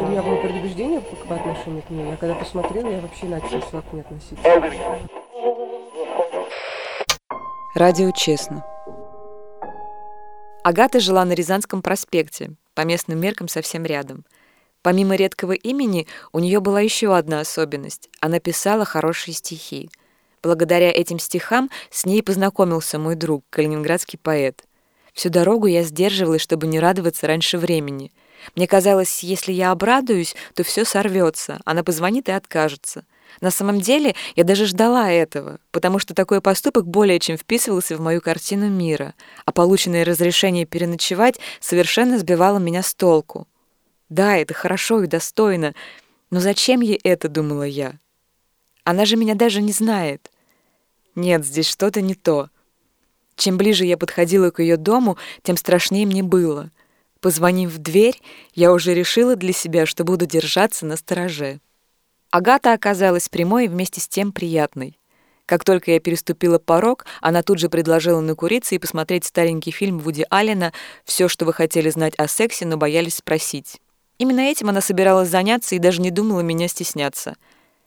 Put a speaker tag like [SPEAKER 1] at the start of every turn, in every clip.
[SPEAKER 1] у меня было предубеждение по отношению к ней. Я когда посмотрела, я вообще иначе начала к ней относиться.
[SPEAKER 2] Радио «Честно». Агата жила на Рязанском проспекте, по местным меркам совсем рядом. Помимо редкого имени, у нее была еще одна особенность. Она писала хорошие стихи. Благодаря этим стихам с ней познакомился мой друг, калининградский поэт. Всю дорогу я сдерживалась, чтобы не радоваться раньше времени. Мне казалось, если я обрадуюсь, то все сорвется, она позвонит и откажется. На самом деле, я даже ждала этого, потому что такой поступок более чем вписывался в мою картину мира, а полученное разрешение переночевать совершенно сбивало меня с толку. Да, это хорошо и достойно, но зачем ей это, думала я? Она же меня даже не знает. Нет, здесь что-то не то. Чем ближе я подходила к ее дому, тем страшнее мне было. Позвонив в дверь, я уже решила для себя, что буду держаться настороже. Агата оказалась прямой и вместе с тем приятной. Как только я переступила порог, она тут же предложила накуриться и посмотреть старенький фильм Вуди Аллена «Все, что вы хотели знать о сексе, но боялись спросить». Именно этим она собиралась заняться и даже не думала меня стесняться.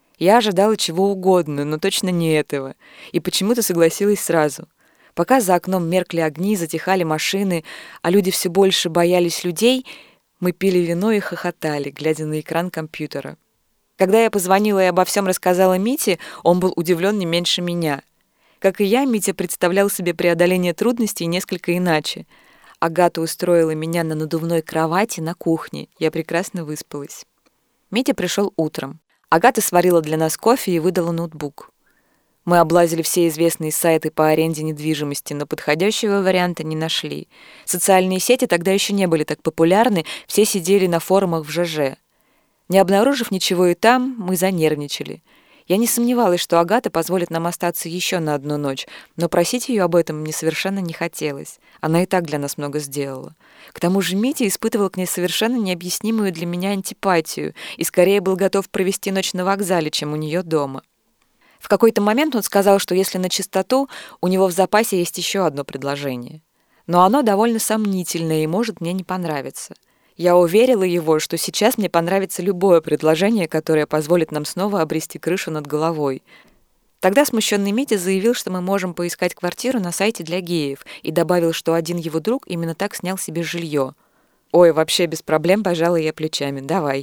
[SPEAKER 2] Я ожидала чего угодно, но точно не этого, и почему-то согласилась сразу. Пока за окном меркли огни, затихали машины, а люди все больше боялись людей, мы пили вино и хохотали, глядя на экран компьютера. Когда я позвонила и обо всем рассказала Мите, он был удивлен не меньше меня. Как и я, Митя представлял себе преодоление трудностей несколько иначе. Агата устроила меня на надувной кровати на кухне. Я прекрасно выспалась. Митя пришел утром. Агата сварила для нас кофе и выдала ноутбук. Мы облазили все известные сайты по аренде недвижимости, но подходящего варианта не нашли. Социальные сети тогда еще не были так популярны, все сидели на форумах в ЖЖ. Не обнаружив ничего и там, мы занервничали. Я не сомневалась, что Агата позволит нам остаться еще на одну ночь, но просить ее об этом мне совершенно не хотелось. Она и так для нас много сделала. К тому же Митя испытывал к ней совершенно необъяснимую для меня антипатию и скорее был готов провести ночь на вокзале, чем у нее дома. В какой-то момент он сказал, что если на чистоту, у него в запасе есть еще одно предложение. Но оно довольно сомнительное и может мне не понравиться. Я уверила его, что сейчас мне понравится любое предложение, которое позволит нам снова обрести крышу над головой. Тогда смущенный Митя заявил, что мы можем поискать квартиру на сайте для геев, и добавил, что один его друг именно так снял себе жилье. «Ой, вообще без проблем», — пожала я плечами. «Давай».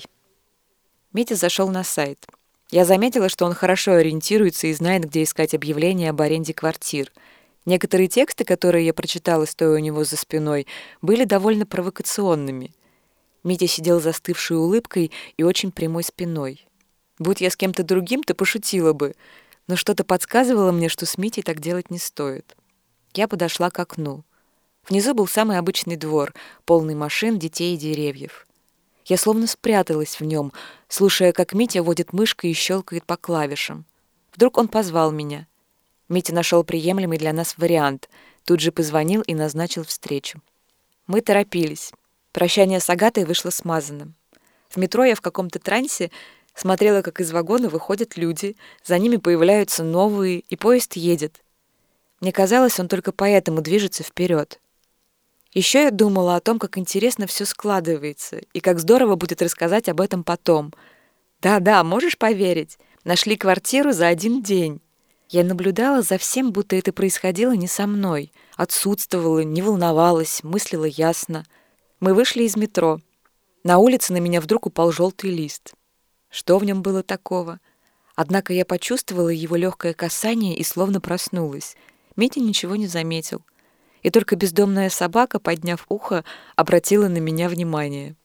[SPEAKER 2] Митя зашел на сайт. Я заметила, что он хорошо ориентируется и знает, где искать объявления об аренде квартир. Некоторые тексты, которые я прочитала, стоя у него за спиной, были довольно провокационными. Митя сидел застывшей улыбкой и очень прямой спиной. Будь я с кем-то другим, то пошутила бы, но что-то подсказывало мне, что с Митей так делать не стоит. Я подошла к окну. Внизу был самый обычный двор, полный машин, детей и деревьев. Я словно спряталась в нем, слушая, как Митя водит мышкой и щелкает по клавишам. Вдруг он позвал меня. Митя нашел приемлемый для нас вариант, тут же позвонил и назначил встречу. Мы торопились. Прощание с Агатой вышло смазанным. В метро я в каком-то трансе смотрела, как из вагона выходят люди, за ними появляются новые, и поезд едет. Мне казалось, он только поэтому движется вперед. Еще я думала о том, как интересно все складывается, и как здорово будет рассказать об этом потом. Да-да, можешь поверить, нашли квартиру за один день. Я наблюдала за всем, будто это происходило не со мной. Отсутствовала, не волновалась, мыслила ясно. Мы вышли из метро. На улице на меня вдруг упал желтый лист. Что в нем было такого? Однако я почувствовала его легкое касание и словно проснулась. Митя ничего не заметил. И только бездомная собака, подняв ухо, обратила на меня внимание.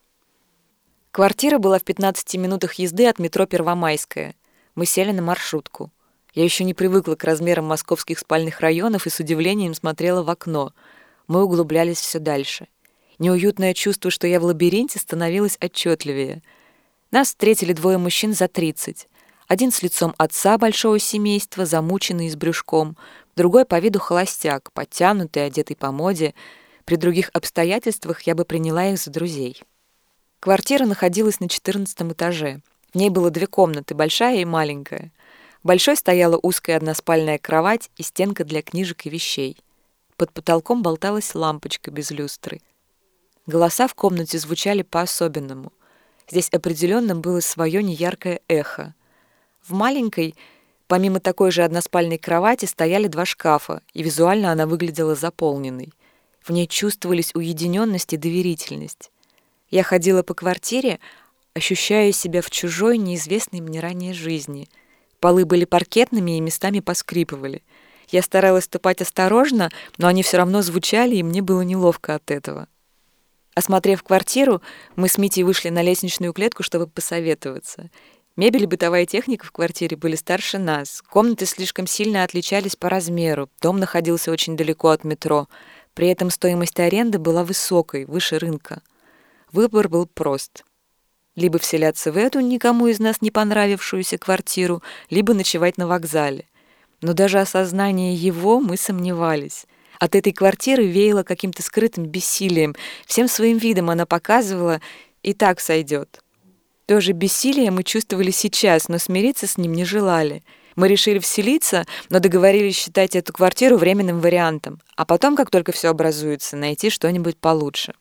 [SPEAKER 2] Квартира была в 15 минутах езды от метро Первомайская. Мы сели на маршрутку. Я еще не привыкла к размерам московских спальных районов и с удивлением смотрела в окно. Мы углублялись все дальше. Неуютное чувство, что я в лабиринте, становилось отчетливее. Нас встретили двое мужчин за 30. Один с лицом отца большого семейства, замученный и с брюшком, другой по виду холостяк, подтянутый, одетый по моде. При других обстоятельствах я бы приняла их за друзей. Квартира находилась на 14 этаже. В ней было 2 комнаты, большая и маленькая. В большой стояла узкая односпальная кровать и стенка для книжек и вещей. Под потолком болталась лампочка без люстры. Голоса в комнате звучали по-особенному. Здесь определенно было свое неяркое эхо. В маленькой, помимо такой же односпальной кровати, стояли 2 шкафа, и визуально она выглядела заполненной. В ней чувствовались уединенность и доверительность. Я ходила по квартире, ощущая себя в чужой, неизвестной мне ранее жизни. Полы были паркетными и местами поскрипывали. Я старалась ступать осторожно, но они все равно звучали, и мне было неловко от этого. Осмотрев квартиру, мы с Митей вышли на лестничную клетку, чтобы посоветоваться. Мебель и бытовая техника в квартире были старше нас. Комнаты слишком сильно отличались по размеру. Дом находился очень далеко от метро. При этом стоимость аренды была высокой, выше рынка. Выбор был прост. Либо вселяться в эту никому из нас не понравившуюся квартиру, либо ночевать на вокзале. Но даже осознание его мы сомневались. От этой квартиры веяло каким-то скрытым бессилием. Всем своим видом она показывала «и так сойдет». То же бессилие мы чувствовали сейчас, но смириться с ним не желали. Мы решили вселиться, но договорились считать эту квартиру временным вариантом, а потом, как только все образуется, найти что-нибудь получше.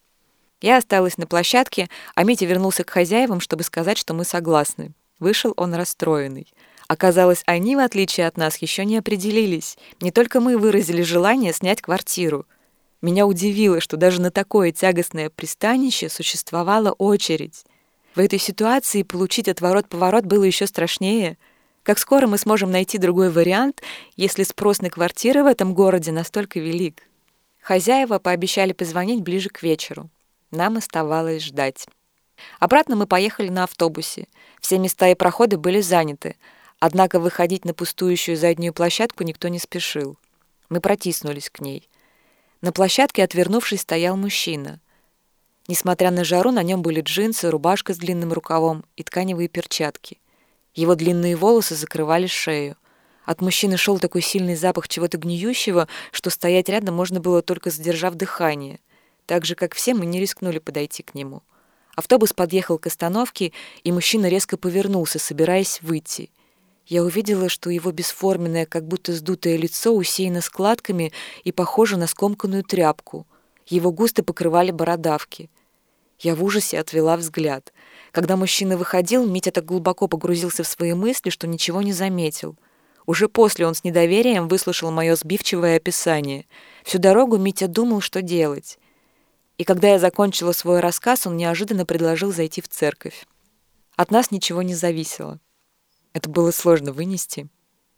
[SPEAKER 2] Я осталась на площадке, а Митя вернулся к хозяевам, чтобы сказать, что мы согласны. Вышел он расстроенный. Оказалось, они, в отличие от нас, еще не определились. Не только мы выразили желание снять квартиру. Меня удивило, что даже на такое тягостное пристанище существовала очередь. В этой ситуации получить отворот-поворот было еще страшнее. Как скоро мы сможем найти другой вариант, если спрос на квартиры в этом городе настолько велик? Хозяева пообещали позвонить ближе к вечеру. Нам оставалось ждать. Обратно мы поехали на автобусе. Все места и проходы были заняты. Однако выходить на пустующую заднюю площадку никто не спешил. Мы протиснулись к ней. На площадке, отвернувшись, стоял мужчина. Несмотря на жару, на нем были джинсы, рубашка с длинным рукавом и тканевые перчатки. Его длинные волосы закрывали шею. От мужчины шел такой сильный запах чего-то гниющего, что стоять рядом можно было только задержав дыхание. Так же, как все, мы не рискнули подойти к нему. Автобус подъехал к остановке, и мужчина резко повернулся, собираясь выйти. Я увидела, что его бесформенное, как будто сдутое лицо усеяно складками и похоже на скомканную тряпку. Его густо покрывали бородавки. Я в ужасе отвела взгляд. Когда мужчина выходил, Митя так глубоко погрузился в свои мысли, что ничего не заметил. Уже после он с недоверием выслушал мое сбивчивое описание. Всю дорогу Митя думал, что делать. И когда я закончила свой рассказ, он неожиданно предложил зайти в церковь. От нас ничего не зависело. Это было сложно вынести.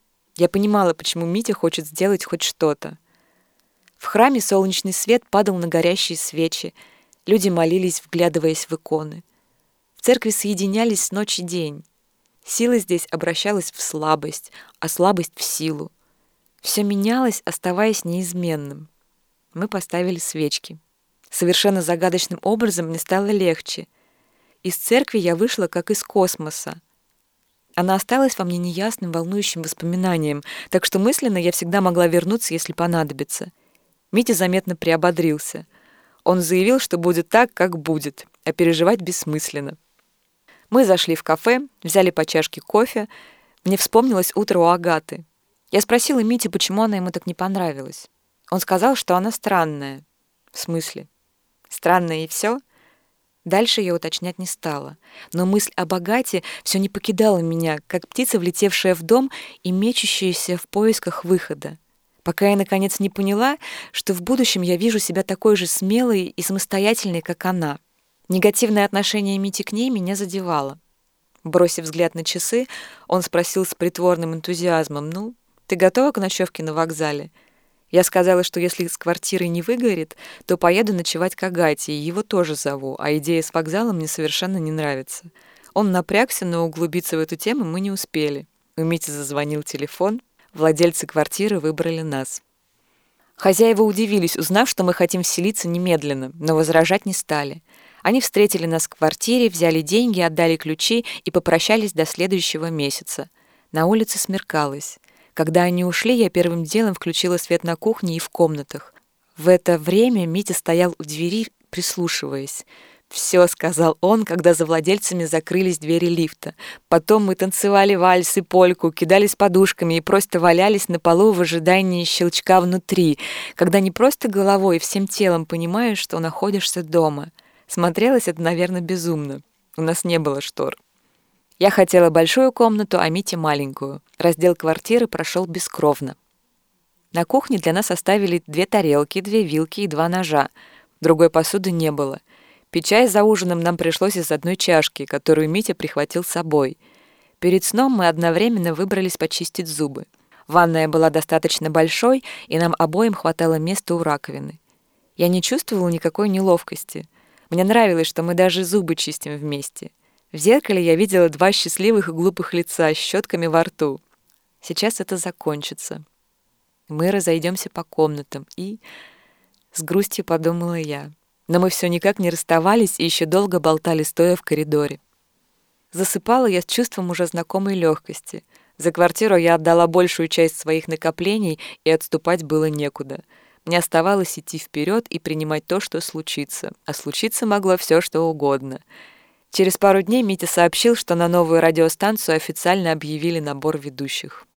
[SPEAKER 2] Я понимала, почему Митя хочет сделать хоть что-то. В храме солнечный свет падал на горящие свечи. Люди молились, вглядываясь в иконы. В церкви соединялись ночь и день. Сила здесь обращалась в слабость, а слабость в силу. Все менялось, оставаясь неизменным. Мы поставили свечки. Совершенно загадочным образом мне стало легче. Из церкви я вышла, как из космоса. Она осталась во мне неясным, волнующим воспоминанием, так что мысленно я всегда могла вернуться, если понадобится. Митя заметно приободрился. Он заявил, что будет так, как будет, а переживать бессмысленно. Мы зашли в кафе, взяли по чашке кофе. Мне вспомнилось утро у Агаты. Я спросила Митю, почему она ему так не понравилась. Он сказал, что она странная. В смысле? Странная и все? Дальше я уточнять не стала. Но мысль об Агате все не покидала меня, как птица, влетевшая в дом и мечущаяся в поисках выхода. Пока я, наконец, не поняла, что в будущем я вижу себя такой же смелой и самостоятельной, как она. Негативное отношение Мити к ней меня задевало. Бросив взгляд на часы, он спросил с притворным энтузиазмом: «Ну, ты готова к ночевке на вокзале?» Я сказала, что если с квартирой не выгорит, то поеду ночевать к Агате, и его тоже зову, а идея с вокзалом мне совершенно не нравится. Он напрягся, но углубиться в эту тему мы не успели. У Мити зазвонил телефон, владельцы квартиры выбрали нас. Хозяева удивились, узнав, что мы хотим вселиться немедленно, но возражать не стали. Они встретили нас в квартире, взяли деньги, отдали ключи и попрощались до следующего месяца. На улице смеркалось. Когда они ушли, я первым делом включила свет на кухне и в комнатах. В это время Митя стоял у двери, прислушиваясь. «Все», — сказал он, когда за владельцами закрылись двери лифта. Потом мы танцевали вальс и польку, кидались подушками и просто валялись на полу в ожидании щелчка внутри, когда не просто головой и всем телом понимаешь, что находишься дома. Смотрелось это, наверное, безумно. У нас не было штор. Я хотела большую комнату, а Митя маленькую. Раздел квартиры прошел бескровно. На кухне для нас оставили 2 тарелки, 2 вилки и 2 ножа. Другой посуды не было. Пить чай за ужином нам пришлось из одной чашки, которую Митя прихватил с собой. Перед сном мы одновременно выбрались почистить зубы. Ванная была достаточно большой, и нам обоим хватало места у раковины. Я не чувствовала никакой неловкости. Мне нравилось, что мы даже зубы чистим вместе. В зеркале я видела 2 счастливых и глупых лица с щетками во рту. Сейчас это закончится. Мы разойдемся по комнатам, и... С грустью подумала я. Но мы все никак не расставались и еще долго болтали, стоя в коридоре. Засыпала я с чувством уже знакомой легкости. За квартиру я отдала большую часть своих накоплений, и отступать было некуда. Мне оставалось идти вперед и принимать то, что случится. А случиться могло все, что угодно. Через пару дней Митя сообщил, что на новую радиостанцию официально объявили набор ведущих.